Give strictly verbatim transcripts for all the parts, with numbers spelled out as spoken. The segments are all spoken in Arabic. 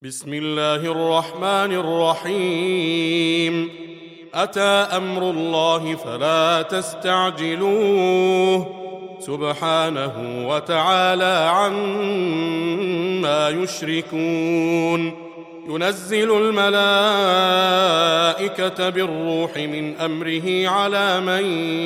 بسم الله الرحمن الرحيم. أتى أمر الله فلا تستعجلوه سبحانه وتعالى عما يشركون. ينزل الملائكة بالروح من أمره على من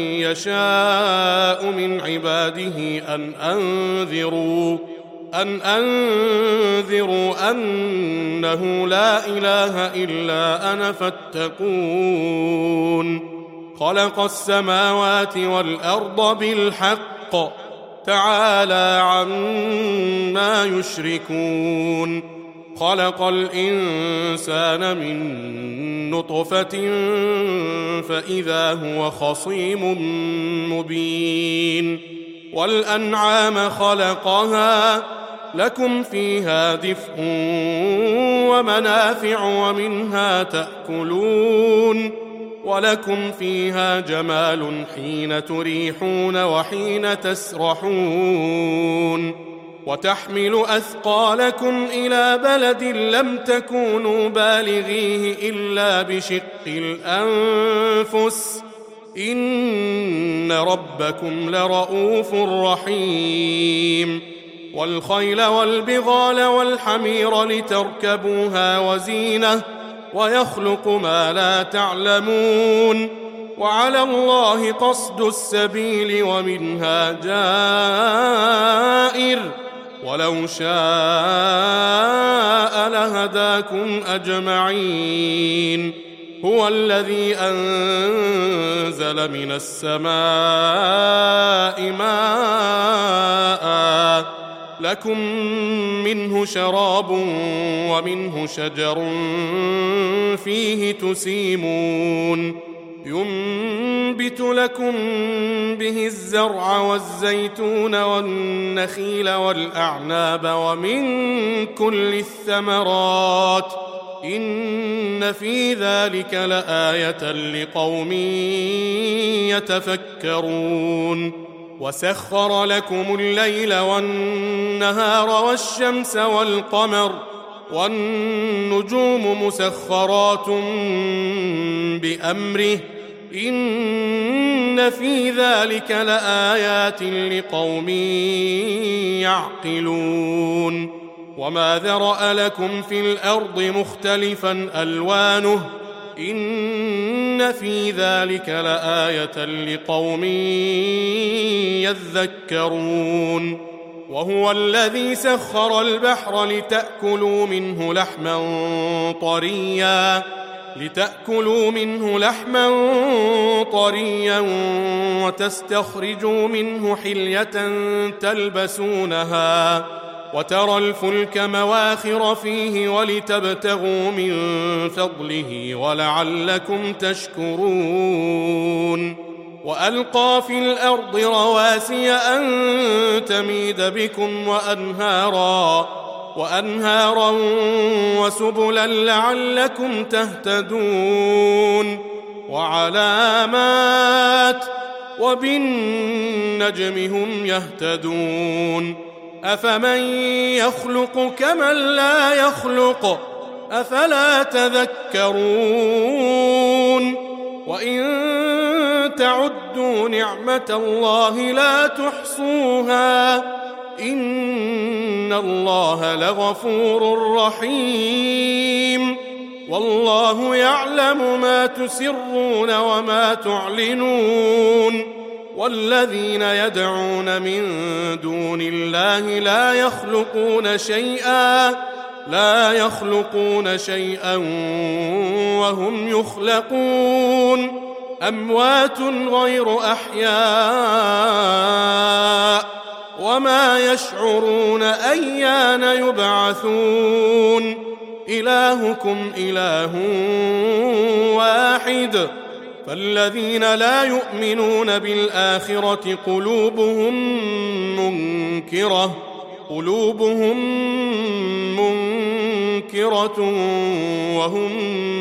يشاء من عباده أن أنذروا أن أنذروا أنه لا إله إلا أنا فاتقون. خلق السماوات والأرض بالحق تعالى عما يشركون. خلق الإنسان من نطفة فإذا هو خصيم مبين. والأنعام خلقها لكم فيها دفء ومنافع ومنها تأكلون ولكم فيها جمال حين تريحون وحين تسرحون. وتحمل أثقالكم إلى بلد لم تكونوا بالغيه إلا بشق الأنفس إن ربكم لرؤوف رحيم. والخيل والبغال والحمير لتركبوها وزينة ويخلق ما لا تعلمون. وعلى الله قصد السبيل ومنها جائر ولو شاء لهداكم أجمعين. هو الذي أنزل من السماء ماء لكم منه شراب ومنه شجر فيه تسيمون. ينبت لكم به الزرع والزيتون والنخيل والأعناب ومن كل الثمرات إن في ذلك لآية لقوم يتفكرون. وسخر لكم الليل والنهار والشمس والقمر والنجوم مسخرات بأمره إن في ذلك لآيات لقوم يعقلون. وما ذرأ لكم في الأرض مختلفا ألوانه إن في ذلك لآية لقوم يذكرون. وهو الذي سخر البحر لتأكلوا منه لحما طريا لتأكلوا منه لحما طريا وتستخرجوا منه حلية تلبسونها وترى الفلك مواخر فيه ولتبتغوا من فضله ولعلكم تشكرون. وألقى في الأرض رواسي أن تميد بكم وأنهارا وأنهارا وسبلا لعلكم تهتدون. وعلامات وبالنجم هم يهتدون. أفمن يخلق كمن لا يخلق أفلا تذكرون. وإن تعدوا نعمة الله لا تحصوها إن الله لغفور رحيم. والله يعلم ما تسرون وما تعلنون. والذين يدعون من دون الله لا يخلقون شيئا لا يخلقون شيئا وهم يخلقون. أموات غير أحياء وما يشعرون أيان يبعثون. إلهكم إله واحد فالذين لا يؤمنون بالآخرة قلوبهم منكرة قلوبهم منكرة وهم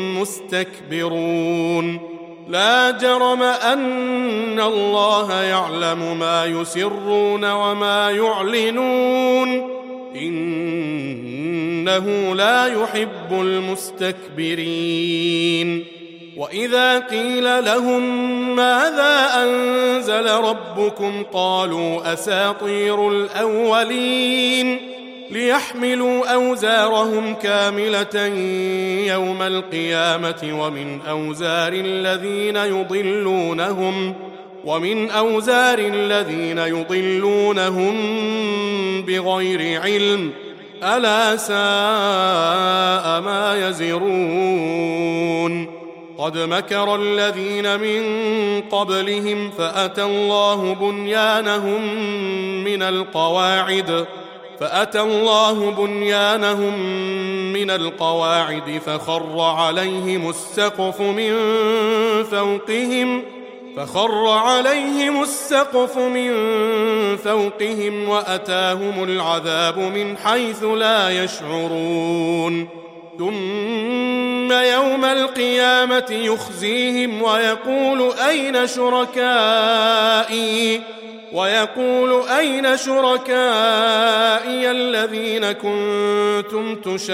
مستكبرون. لا جرم أن الله يعلم ما يسرون وما يعلنون إن إنه لا يحب المستكبرين. وإذا قيل لهم ماذا أنزل ربكم قالوا أساطير الأولين ليحملوا أوزارهم كاملة يوم القيامة ومن أوزار الذين يضلونهم ومن أوزار الذين يضلونهم بغير علم ألا ساء ما يزرون. قد مكر الذين من قبلهم فأتى الله بنيانهم من القواعد فأتى الله بنيانهم من القواعد فخر عليهم السقف من فوقهم فخر عليهم السقف من فوقهم وأتاهم العذاب من حيث لا يشعرون. ثم يوم القيامة يخزيهم ويقول أين شركائي ويقول أين شركائي الذين كنتم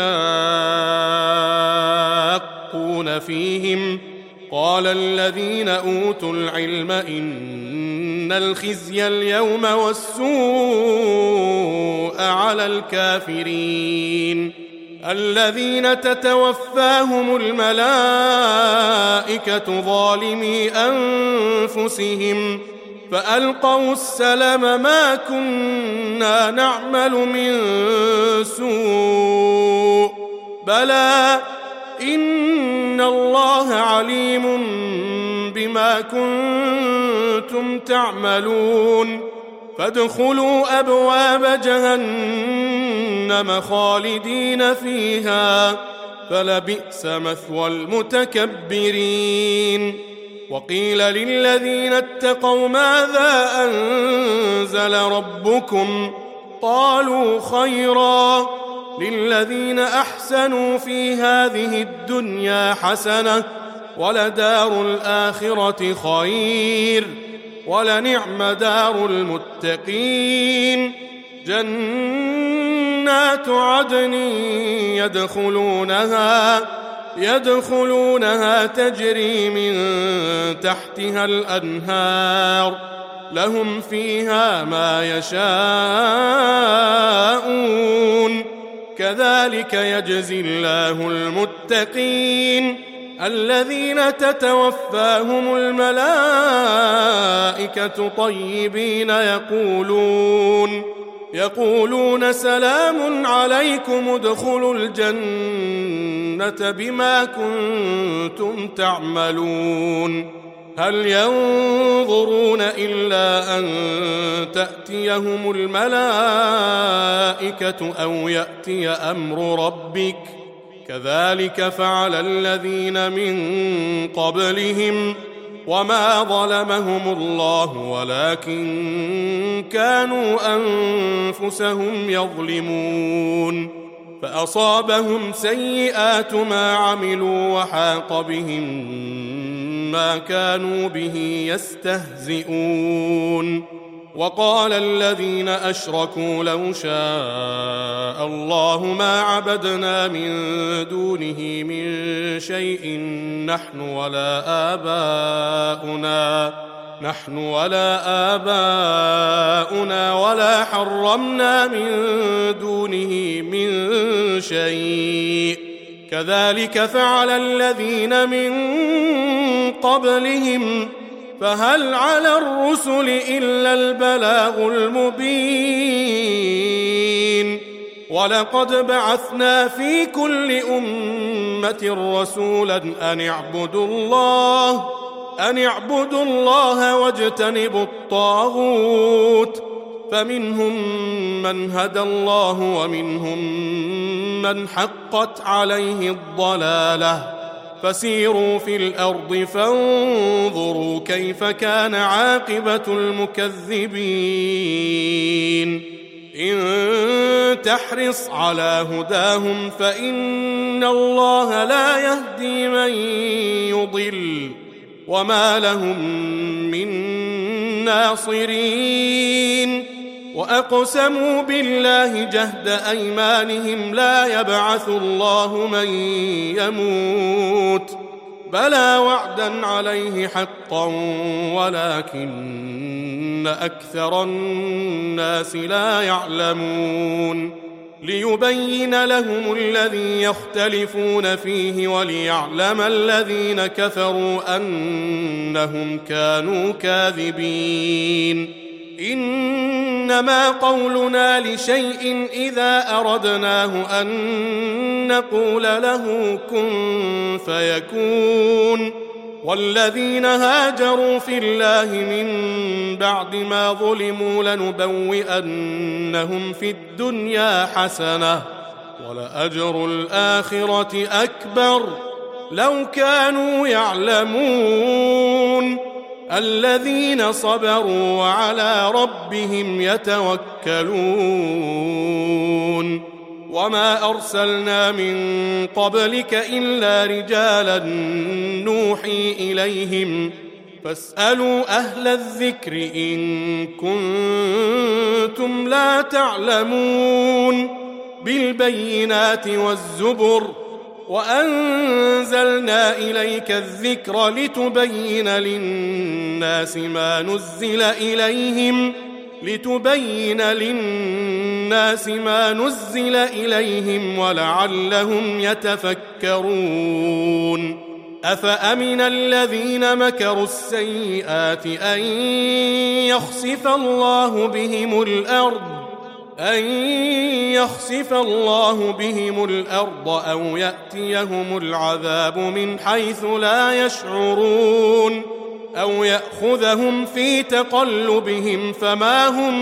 تشاقون فيهم قال الذين أوتوا العلم إن الخزي اليوم والسوء على الكافرين الذين تتوفاهم الملائكة ظالمي أنفسهم فألقوا السلم ما كنا نعمل من سوء بلى إن الله عليم بما كنتم تعملون. فادخلوا أبواب جهنم خالدين فيها فلبئس مثوى المتكبرين. وقيل للذين اتقوا ماذا أنزل ربكم قالوا خيرا للذين أحسنوا في هذه الدنيا حسنة ولدار الآخرة خير ولنعم دار المتقين. جنات عدن يدخلونها يدخلونها تجري من تحتها الأنهار لهم فيها ما يشاءون كذلك يجزي الله المتقين الذين تتوفاهم الملائكة طيبين يقولون يقولون سلام عليكم ادخلوا الجنة بما كنتم تعملون. هل ينظرون إلا أن تأتيهم الملائكة أو يأتي أمر ربك كذلك فعل الذين من قبلهم وما ظلمهم الله ولكن كانوا أنفسهم يظلمون. فأصابهم سيئات ما عملوا وحاق بهم ما كانوا به يستهزئون. وقال الذين أشركوا لو شاء الله ما عبدنا من دونه من شيء نحن ولا آباؤنا نحن ولا آباؤنا ولا حرمنا من دونه من شيء كذلك فعل الذين من قبلهم فهل على الرسل إلا البلاغ المبين. ولقد بعثنا في كل أمة رسولا أن اعبدوا الله أن اعبدوا الله واجتنبوا الطاغوت فمنهم من هدى الله ومنهم من حقت عليه الضلالة فسيروا في الأرض فانظروا كيف كان عاقبة المكذبين. إن تحرص على هداهم فإن الله لا يهدي من يضل وما لهم من ناصرين. وأقسموا بالله جهد أيمانهم لا يبعث الله من يموت بلى وعدا عليه حقا ولكن أكثر الناس لا يعلمون ليبين لهم الذي يختلفون فيه وليعلم الذين كفروا أنهم كانوا كاذبين إنما قولنا لشيء إذا أردناه أن نقول له كن فيكون والذين هاجروا في الله من بعد ما ظلموا لنبوئنهم في الدنيا حسنة ولأجر الآخرة أكبر لو كانوا يعلمون الذين صبروا وعلى ربهم يتوكلون وما أرسلنا من قبلك إلا رجالا نوحي إليهم فاسألوا أهل الذكر إن كنتم لا تعلمون بالبينات والزبر وأنزلنا إليك الذكر لتبين للناس ما نزل إليهم لتبين للناس ما نزل إليهم ولعلهم يتفكرون أفأمن الذين مكروا السيئات أن يخسف الله بهم الأرض أن يخسف الله بهم الأرض أو يأتيهم العذاب من حيث لا يشعرون أو يأخذهم في تقلبهم فما هم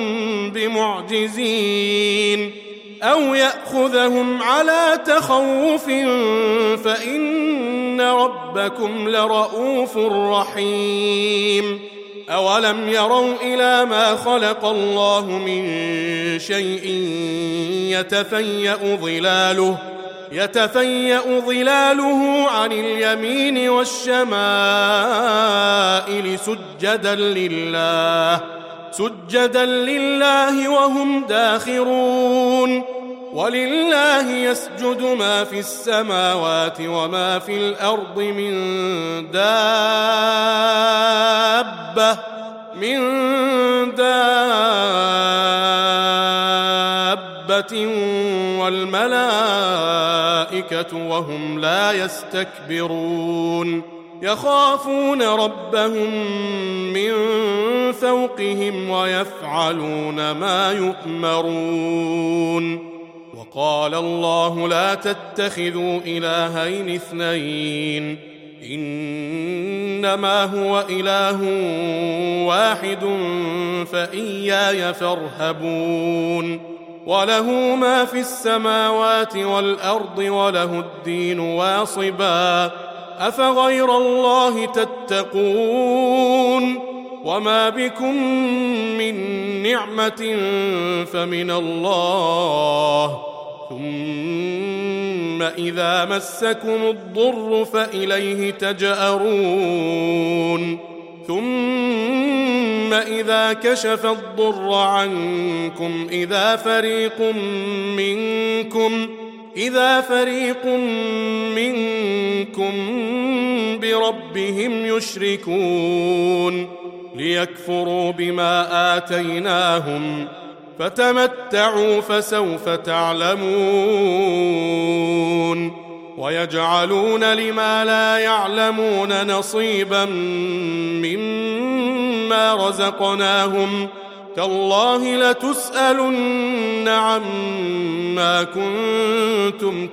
بمعجزين أو يأخذهم على تخوف فإن ربكم لرؤوف رحيم أولم يروا إلى ما خلق الله من شيء يتفيأ ظلاله يتفيأ ظلاله عن اليمين والشمائل سجدا لله سجدا لله وهم داخرون ولله يسجد ما في السماوات وما في الأرض من دابة من دابة والملائكة وهم لا يستكبرون يخافون ربهم من فوقهم ويفعلون ما يؤمرون وقال الله لا تتخذوا إلهين اثنين إنما هو إله واحد فإياي فارهبون وله ما في السماوات والأرض وله الدين واصبا أفغير الله تتقون وما بكم من نعمة فمن الله ثم إذا مسكم الضر فإليه تجأرون ثم إذا كشف الضر عنكم إذا فريق منكم إذا فريق منكم بربهم يشركون ليكفروا بما آتيناهم فتمتعوا فسوف تعلمون ويجعلون لما لا يعلمون نصيبا مما رزقناهم تالله لتسألن عما كنتم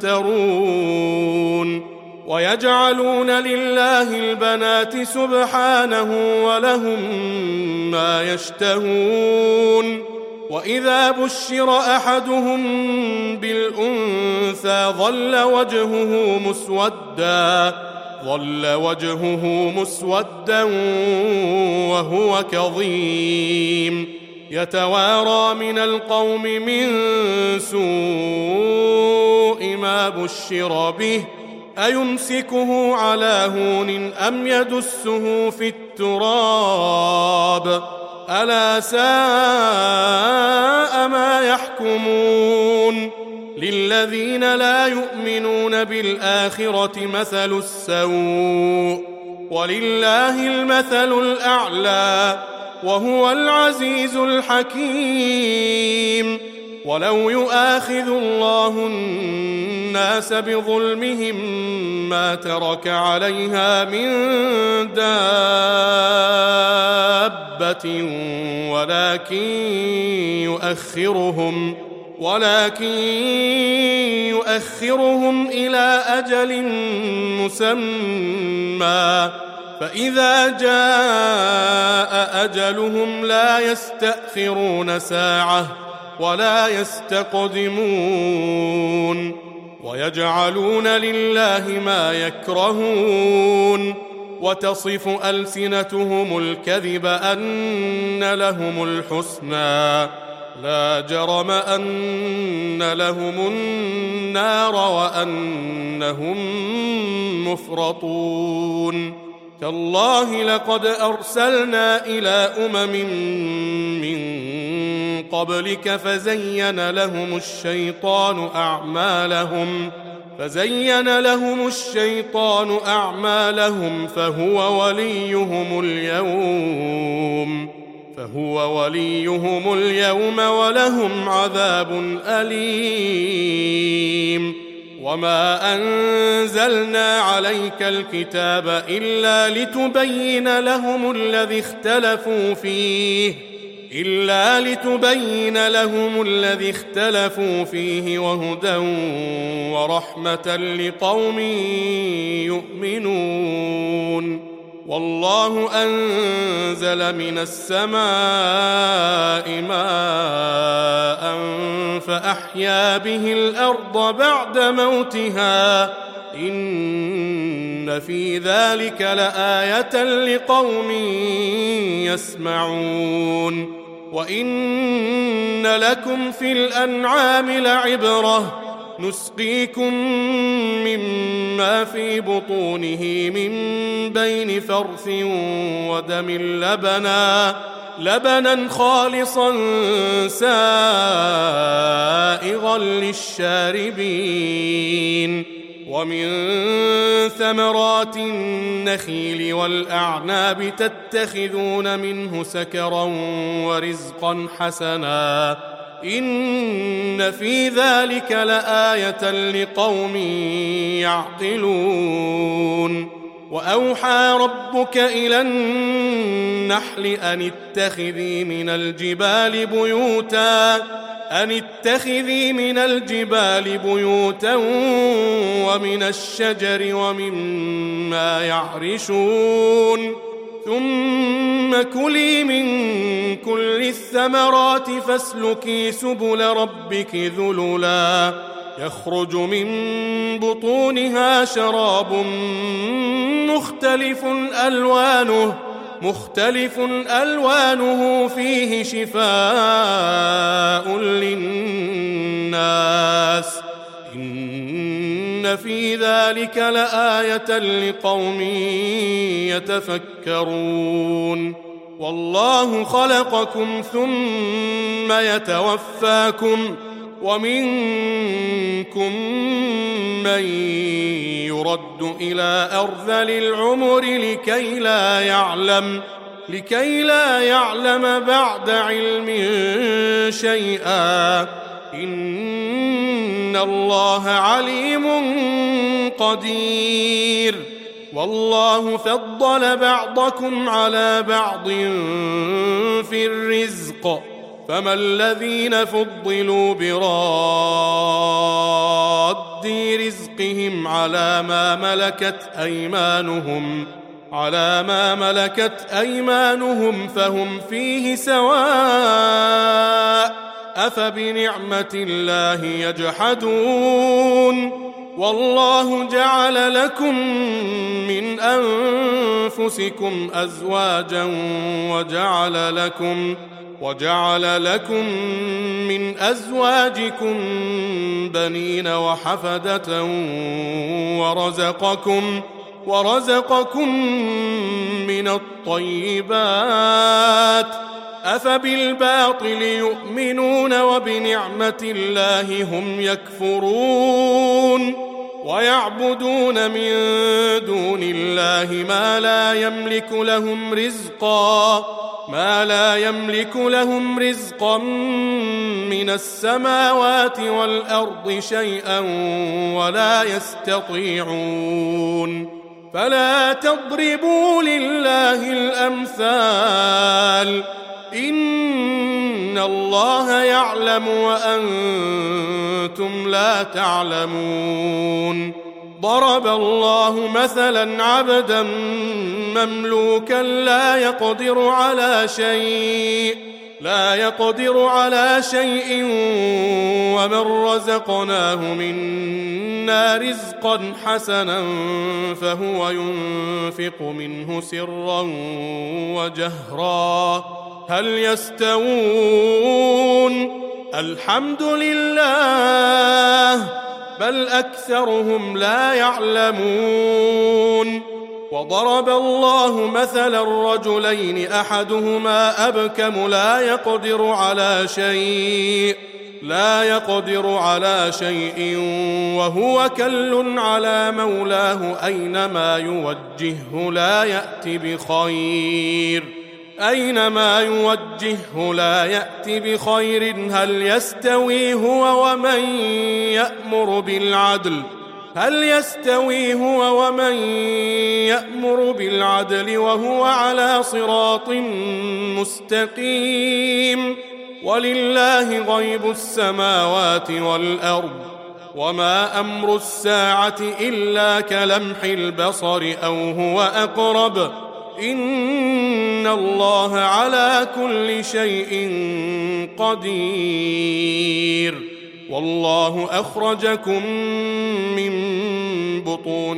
تفترون ويجعلون لله البنات سبحانه ولهم ما يشتهون وإذا بشر أحدهم بالأنثى ظل وجهه مسودا ظل وجهه مسودا وهو كظيم يتوارى من القوم من سوء ما بشر به أيمسكه على هون أم يدسه في التراب ألا ساء ما يحكمون للذين لا يؤمنون بالآخرة مثل السوء ولله المثل الأعلى وهو العزيز الحكيم ولو يؤاخذ الله الناس بظلمهم ما ترك عليها من دابة ولكن يؤخرهم ولكن يؤخرهم إلى أجل مسمى فإذا جاء أجلهم لا يستأخرون ساعة ولا يستقدمون ويجعلون لله ما يكرهون وتصف ألسنتهم الكذب أن لهم الحسنى لا جرم أن لهم النار وأنهم مفرطون تالله لقد أرسلنا إلى أمم من قبلك فزين لهم الشيطان أعمالهم فزين لهم الشيطان أعمالهم فهو وليهم اليوم فهو وليهم اليوم ولهم عذاب أليم وما أنزلنا عليك الكتاب إلا لتبين لهم الذي اختلفوا فيه إلا لتبين لهم الذي اختلفوا فيه وهدى ورحمة لقوم يؤمنون والله أنزل من السماء ماء فأحيا به الأرض بعد موتها إن في ذلك لآية لقوم يسمعون وإن لكم في الأنعام لعبرة نسقيكم مما في بطونه من بين فرث ودم لبنا لبنا خالصا سائغا للشاربين ومن ثمرات النخيل والأعناب تتخذون منه سكرا ورزقا حسنا إن في ذلك لآية لقوم يعقلون وأوحى ربك إلى النحل أن اتخذي من الجبال بيوتا أن اتخذي من الجبال بيوتا ومن الشجر ومما يعرشون ثم كلي من كل الثمرات فاسلكي سبل ربك ذللا يخرج من بطونها شراب مختلف ألوانه مختلف ألوانه فيه شفاء للناس إن في ذلك لآية لقوم يتفكرون والله خلقكم ثم يتوفاكم ومنكم من يرد إلى أرذل العمر لكي لا يعلم لكي لا يعلم بعد علم شيئا إن الله عليم قدير والله فضل بعضكم على بعض في الرزق فما الذين فضلوا براد رزقهم على ما ملكت أيمانهم على ما ملكت أيمانهم فهم فيه سواء أفبنعمة الله يجحدون والله جعل لكم من أنفسكم أزواجا وجعل لكم وجعل لكم من أزواجكم بنين وحفدة ورزقكم ورزقكم من الطيبات أفبالباطل يؤمنون وبنعمة الله هم يكفرون ويعبدون من دون الله ما لا يملك لهم رزقا ما لا يملك لهم رزقا من السماوات والأرض شيئا ولا يستطيعون فلا تضربوا لله الأمثال إن الله يعلم وأنتم لا تعلمون ضرب الله مثلا عبدا مملوكا لا يقدر على شيء لا يقدر على شيء ومن رزقناه منا رزقا حسنا فهو ينفق منه سرا وجهرا هل يستوون الحمد لله بل أكثرهم لا يعلمون وضرب الله مثلا رجلين أحدهما أبكم لا يقدر على شيء لا يقدر على شيء وهو كل على مولاه أينما يوجهه لا يأتي بخير أينما يوجهه لا يأتي بخير هل يستوي هو ومن يأمر بالعدل هل يستوي هو ومن يأمر بالعدل وهو على صراط مستقيم ولله غيب السماوات والأرض وما أمر الساعة إلا كلمح البصر أو هو أقرب إن الله على كل شيء قدير والله أخرجكم من بطون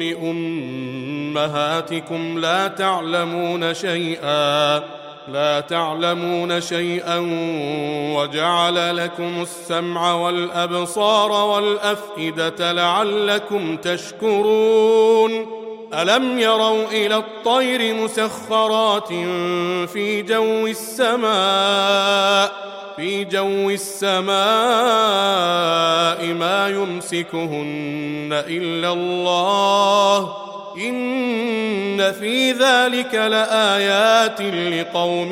أمهاتكم لا تعلمون شيئا لا تعلمون شيئا وجعل لكم السمع والأبصار والأفئدة لعلكم تشكرون ألم يروا إلى الطير مسخرات في جو السماء في جو السماء ما يمسكهن إلا الله إن في ذلك لآيات لقوم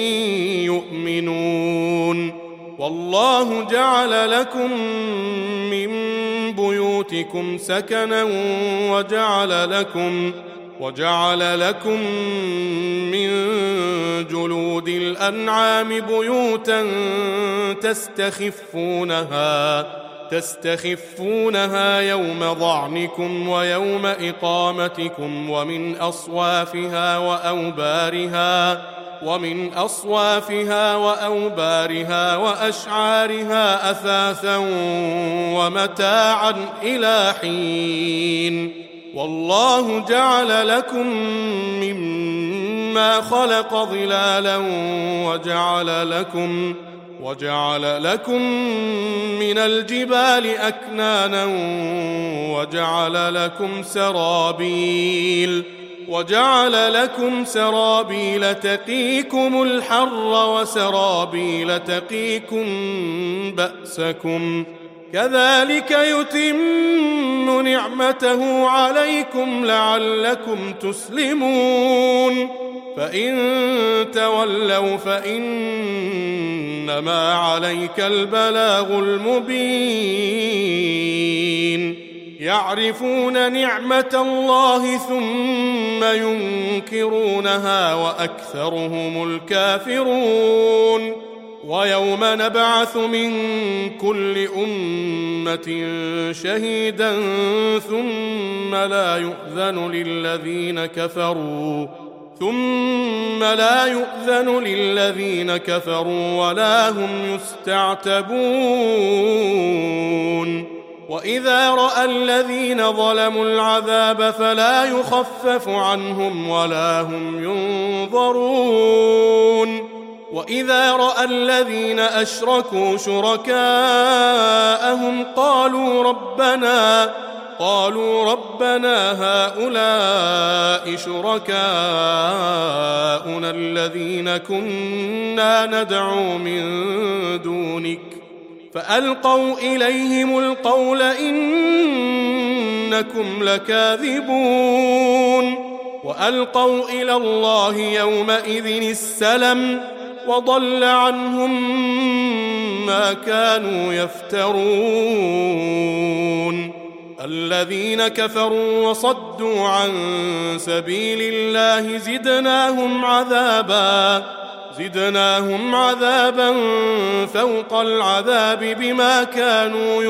يؤمنون والله جعل لكم من بيوتكم سكنا وجعل لكم وجعل لكم من جلود الأنعام بيوتا تستخفونها تستخفونها يوم ظعنكم ويوم إقامتكم ومن أصوافها وأوبارها ومن أصوافها وأوبارها وأشعارها أثاثا ومتاعا إلى حين والله جعل لكم مما خلق ظلالا وجعل لكم وجعل لكم من الجبال أكنانا وجعل لكم سرابيل وجعل لكم سرابيل تقيكم الحر وسرابيل تقيكم بأسكم كذلك يتم نعمته عليكم لعلكم تسلمون فإن تولوا فإنما عليك البلاغ المبين يعرفون نعمة الله ثم ينكرونها وأكثرهم الكافرون ويوم نبعث من كل أمة شهيدا ثم لا يؤذن للذين كفروا ثم لا يؤذن للذين كفروا ولا هم يستعتبون وإذا رأى الذين ظلموا العذاب فلا يخفف عنهم ولا هم ينظرون وإذا رأى الذين أشركوا شركاءهم قالوا ربنا قالوا ربنا هؤلاء شركاؤنا الذين كنا ندعو من دونك فألقوا إليهم القول إنكم لكاذبون وألقوا إلى الله يومئذ السلم وضل عنهم ما كانوا يفترون الذين كفروا وصدوا عن سبيل الله زدناهم عذابا زدناهم عذابا فوق العذاب بما كانوا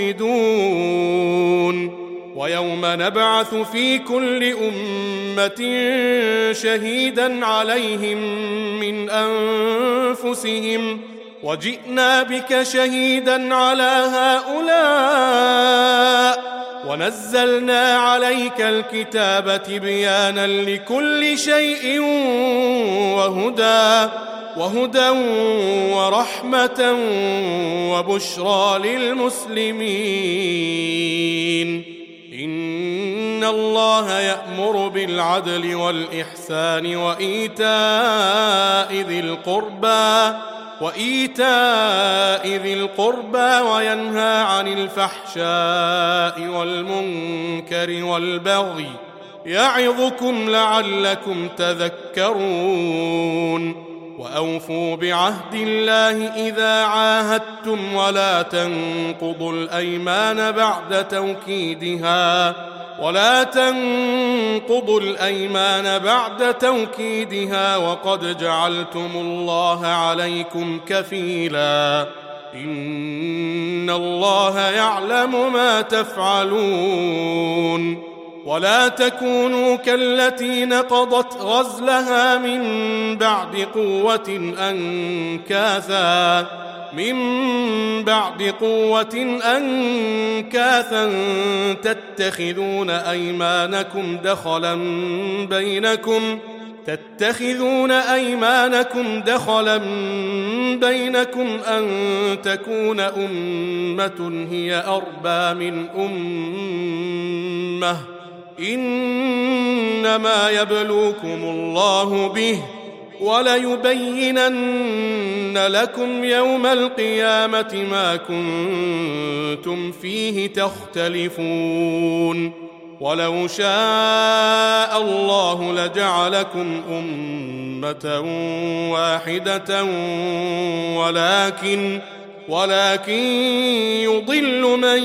يفسدون ويوم نبعث في كل أمة شهيدا عليهم من أنفسهم وجئنا بك شهيدا على هؤلاء ونزلنا عليك الكتاب تبيانا لكل شيء وهدى وهدى ورحمة وبشرى للمسلمين إن الله يأمر بالعدل والإحسان وإيتاء ذي القربى وإيتاء ذي القربى وينهى عن الفحشاء والمنكر والبغي يعظكم لعلكم تذكرون وأوفوا بعهد الله إذا عاهدتم ولا تنقضوا الأيمان بعد توكيدها ولا تنقضوا الأيمان بعد توكيدها وقد جعلتم الله عليكم كفيلا إن الله يعلم ما تفعلون ولا تكونوا كالتي نقضت غزلها من بعد قوة أنكاثا من بعد قوة أنكاثا تتخذون أيمانكم دخلا بينكم تتخذون أيمانكم دخلا بينكم أن تكون أمة هي أربى من أمة إنما يبلوكم الله به وليبينن لكم يوم القيامة ما كنتم فيه تختلفون ولو شاء الله لجعلكم أمة واحدة ولكن ولكن يضل من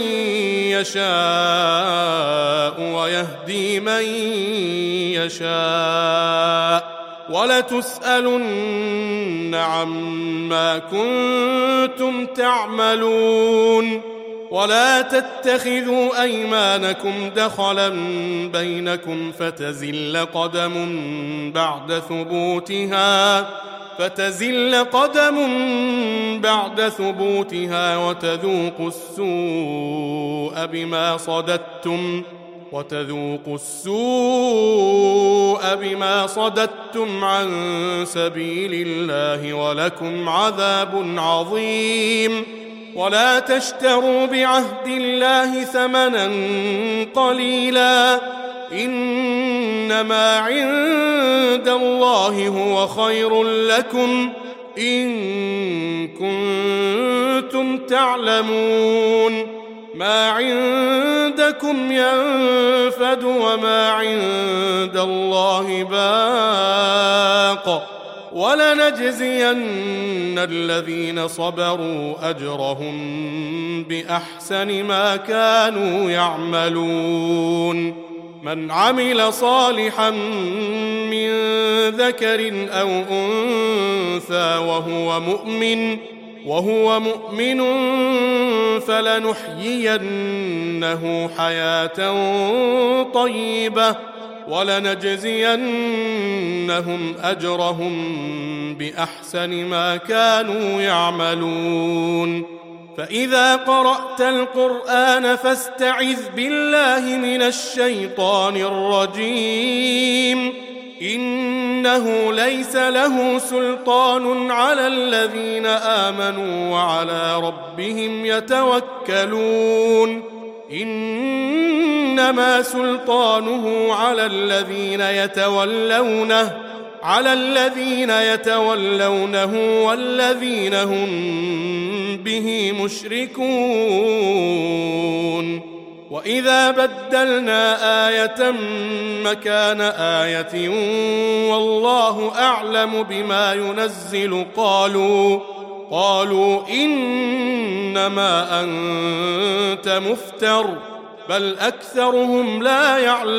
يشاء ويهدي من يشاء ولتسألن عما كنتم تعملون ولا تتخذوا أيمانكم دخلا بينكم فتزل قدم بعد ثبوتها فتزل قدم بعد ثبوتها وتذوقوا السوء بما صددتم وتذوقوا السوء بما صددتم عن سبيل الله ولكم عذاب عظيم ولا تشتروا بعهد الله ثمنا قليلا إنما عند الله هو خير لكم إن كنتم تعلمون ما عندكم ينفد وما عند الله باق ولنجزين الذين صبروا أجرهم بأحسن ما كانوا يعملون من عمل صالحا من ذكر أو أنثى وهو مؤمن وهو مؤمن فلنحيينه حياة طيبة ولنجزينهم أجرهم بأحسن ما كانوا يعملون فإذا قرأت القرآن فاستعذ بالله من الشيطان الرجيم إنه ليس له سلطان على الذين آمنوا وعلى ربهم يتوكلون إن إنما سلطانه على الذين يتولونه على الذين يتولونه والذين هم به مشركون. وإذا بدلنا آية مكان آية والله أعلم بما ينزل قالوا قالوا إنما أنت مفتر بل أكثرهم لا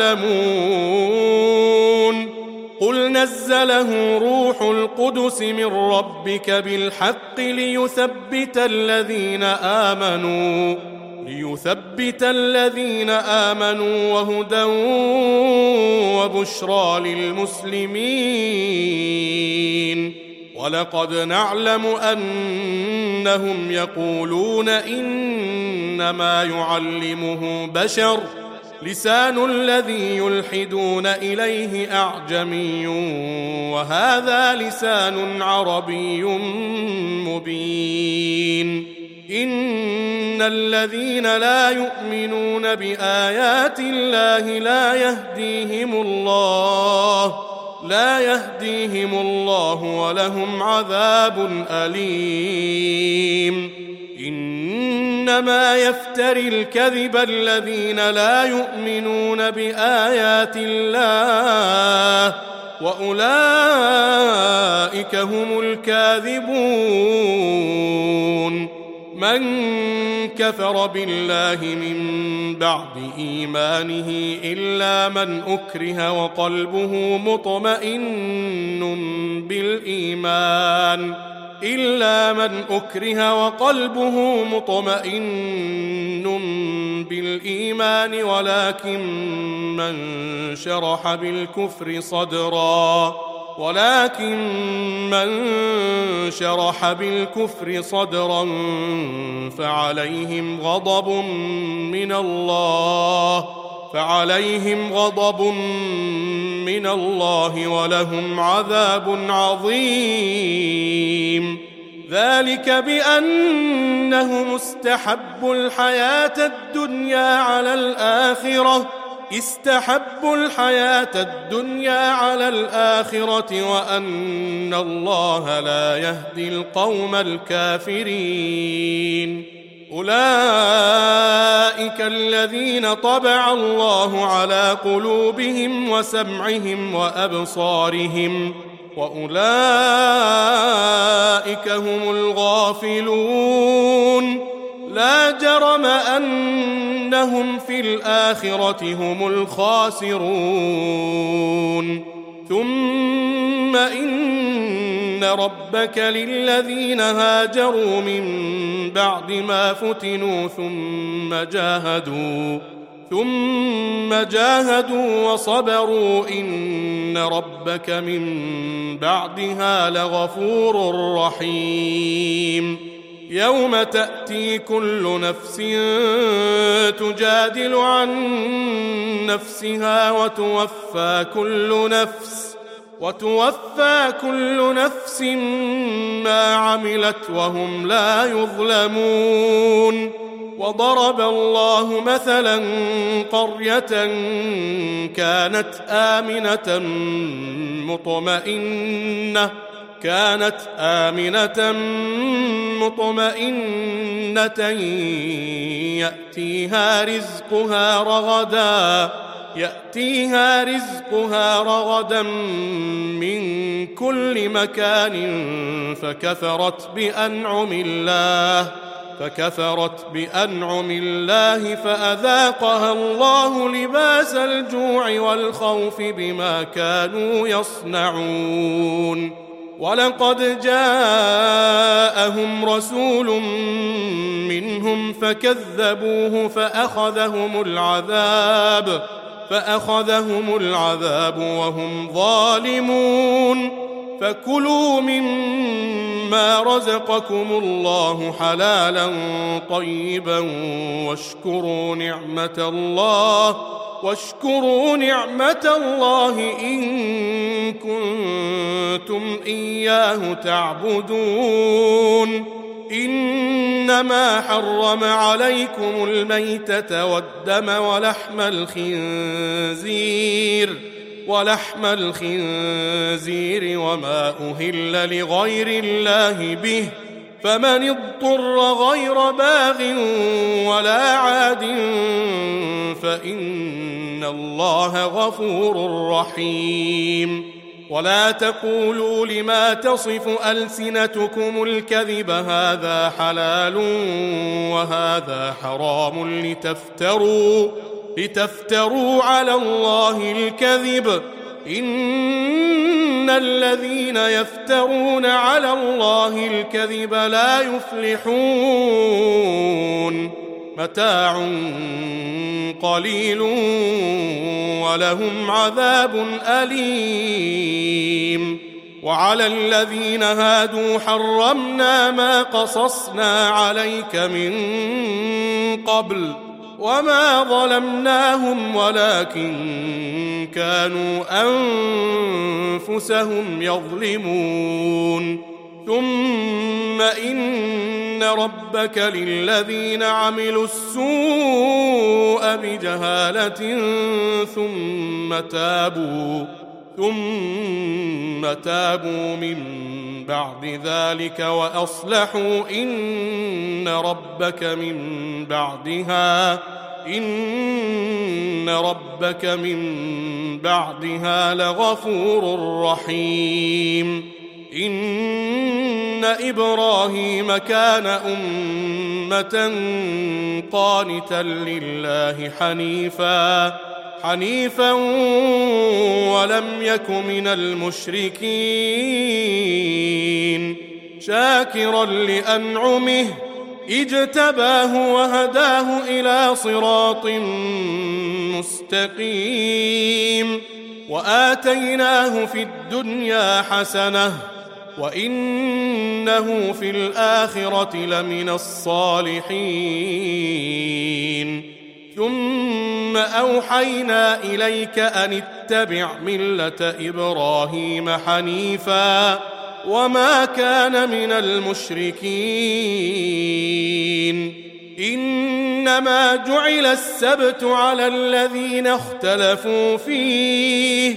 يعلمون. قل نزله روح القدس من ربك بالحق ليثبت الذين آمنوا ليثبت الذين آمنوا وهدى وبشرى للمسلمين. ولقد نعلم أنهم يقولون إنما يعلمه بشر لسان الذي يلحدون إليه أعجمي وهذا لسان عربي مبين. إن الذين لا يؤمنون بآيات الله لا يهديهم الله لا يهديهم الله ولهم عذاب أليم. إنما يفتري الكذب الذين لا يؤمنون بآيات الله وأولئك هم الكاذبون. من كفر بالله من بعد إيمانه إلا من أكره وقلبه مطمئن بالإيمان إلا من أكره وقلبه مطمئن بالإيمان ولكن من شرح بالكفر صدرا ولكن من شرح بالكفر صدرا فعليهم غضب من الله فعليهم غضب من الله ولهم عذاب عظيم. ذلك بأنهم استحبوا الحياة الدنيا على الآخرة استحبوا الحياة الدنيا على الآخرة وأن الله لا يهدي القوم الكافرين. أولئك الذين طبع الله على قلوبهم وسمعهم وأبصارهم وأولئك هم الغافلون. لا جرم أنهم في الآخرة هم الخاسرون. ثم إن ربك للذين هاجروا من بعد ما فتنوا ثم جاهدوا ثم جاهدوا وصبروا إن ربك من بعدها لغفور رحيم. يوم تأتي كل نفس تجادل عن نفسها وتوفى كل نفس وتوفى كل نفس ما عملت وهم لا يظلمون. وضرب الله مثلا قرية كانت آمنة مطمئنة كانت آمنة مطمئنة يأتيها رزقها رغدا يأتيها رزقها رغدا من كل مكان فكفرت بأنعم الله فكفرت بأنعم الله فأذاقها الله لباس الجوع والخوف بما كانوا يصنعون. ولقد جاءهم رسول منهم فكذبوه فأخذهم العذاب فأخذهم العذاب وهم ظالمون. فكلوا مما رزقكم الله حلالا طيبا واشكروا نعمة الله واشكروا نعمة الله إن كنتم إياه تعبدون. إنما حرم عليكم الميتة والدم ولحم الخنزير ولحم الخنزير وما أهل لغير الله به فمن اضطر غير باغ ولا عاد فإن الله غفور رحيم. ولا تقولوا لما تصف ألسنتكم الكذب هذا حلال وهذا حرام لتفتروا لتفتروا على الله الكذب إن الذين يفترون على الله الكذب لا يفلحون. متاع قليل ولهم عذاب أليم. وعلى الذين هادوا حرمنا ما قصصنا عليك من قبل وما ظلمناهم ولكن كانوا أنفسهم يظلمون. ثم إن ربك للذين عملوا السوء بجهالة ثم تابوا ثم تابوا من بعد ذلك وأصلحوا إن ربك من بعدها إن ربك من بعدها لغفور رحيم. إن إبراهيم كان أمة قانتا لله حنيفا حنيفا ولم يك من المشركين شاكرا لأنعمه اجتباه وهداه إلى صراط مستقيم. وآتيناه في الدنيا حسنة وإنه في الآخرة لمن الصالحين. ثم أوحينا إليك أن اتبع ملة إبراهيم حنيفا وما كان من المشركين. إنما جعل السبت على الذين اختلفوا فيه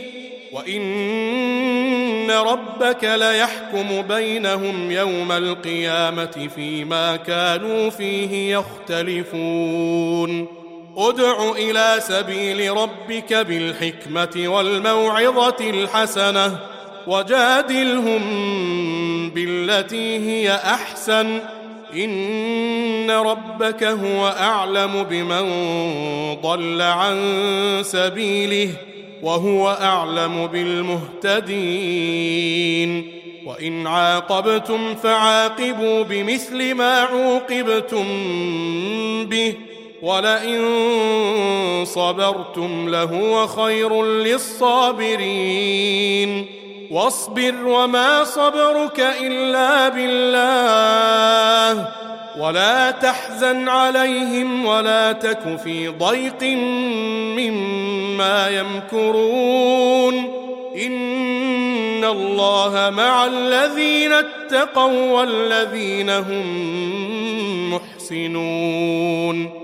وإن ربك ليحكم بينهم يوم القيامة فيما كانوا فيه يختلفون. ادع إلى سبيل ربك بالحكمة والموعظة الحسنة وجادلهم بالتي هي أحسن إن ربك هو أعلم بمن ضل عن سبيله وهو أعلم بالمهتدين. وإن عاقبتم فعاقبوا بمثل ما عوقبتم به ولئن صبرتم لهو خير للصابرين. واصبر وما صبرك إلا بالله ولا تحزن عليهم ولا تك في ضيق مما يمكرون. إن الله مع الذين اتقوا والذين هم محسنون.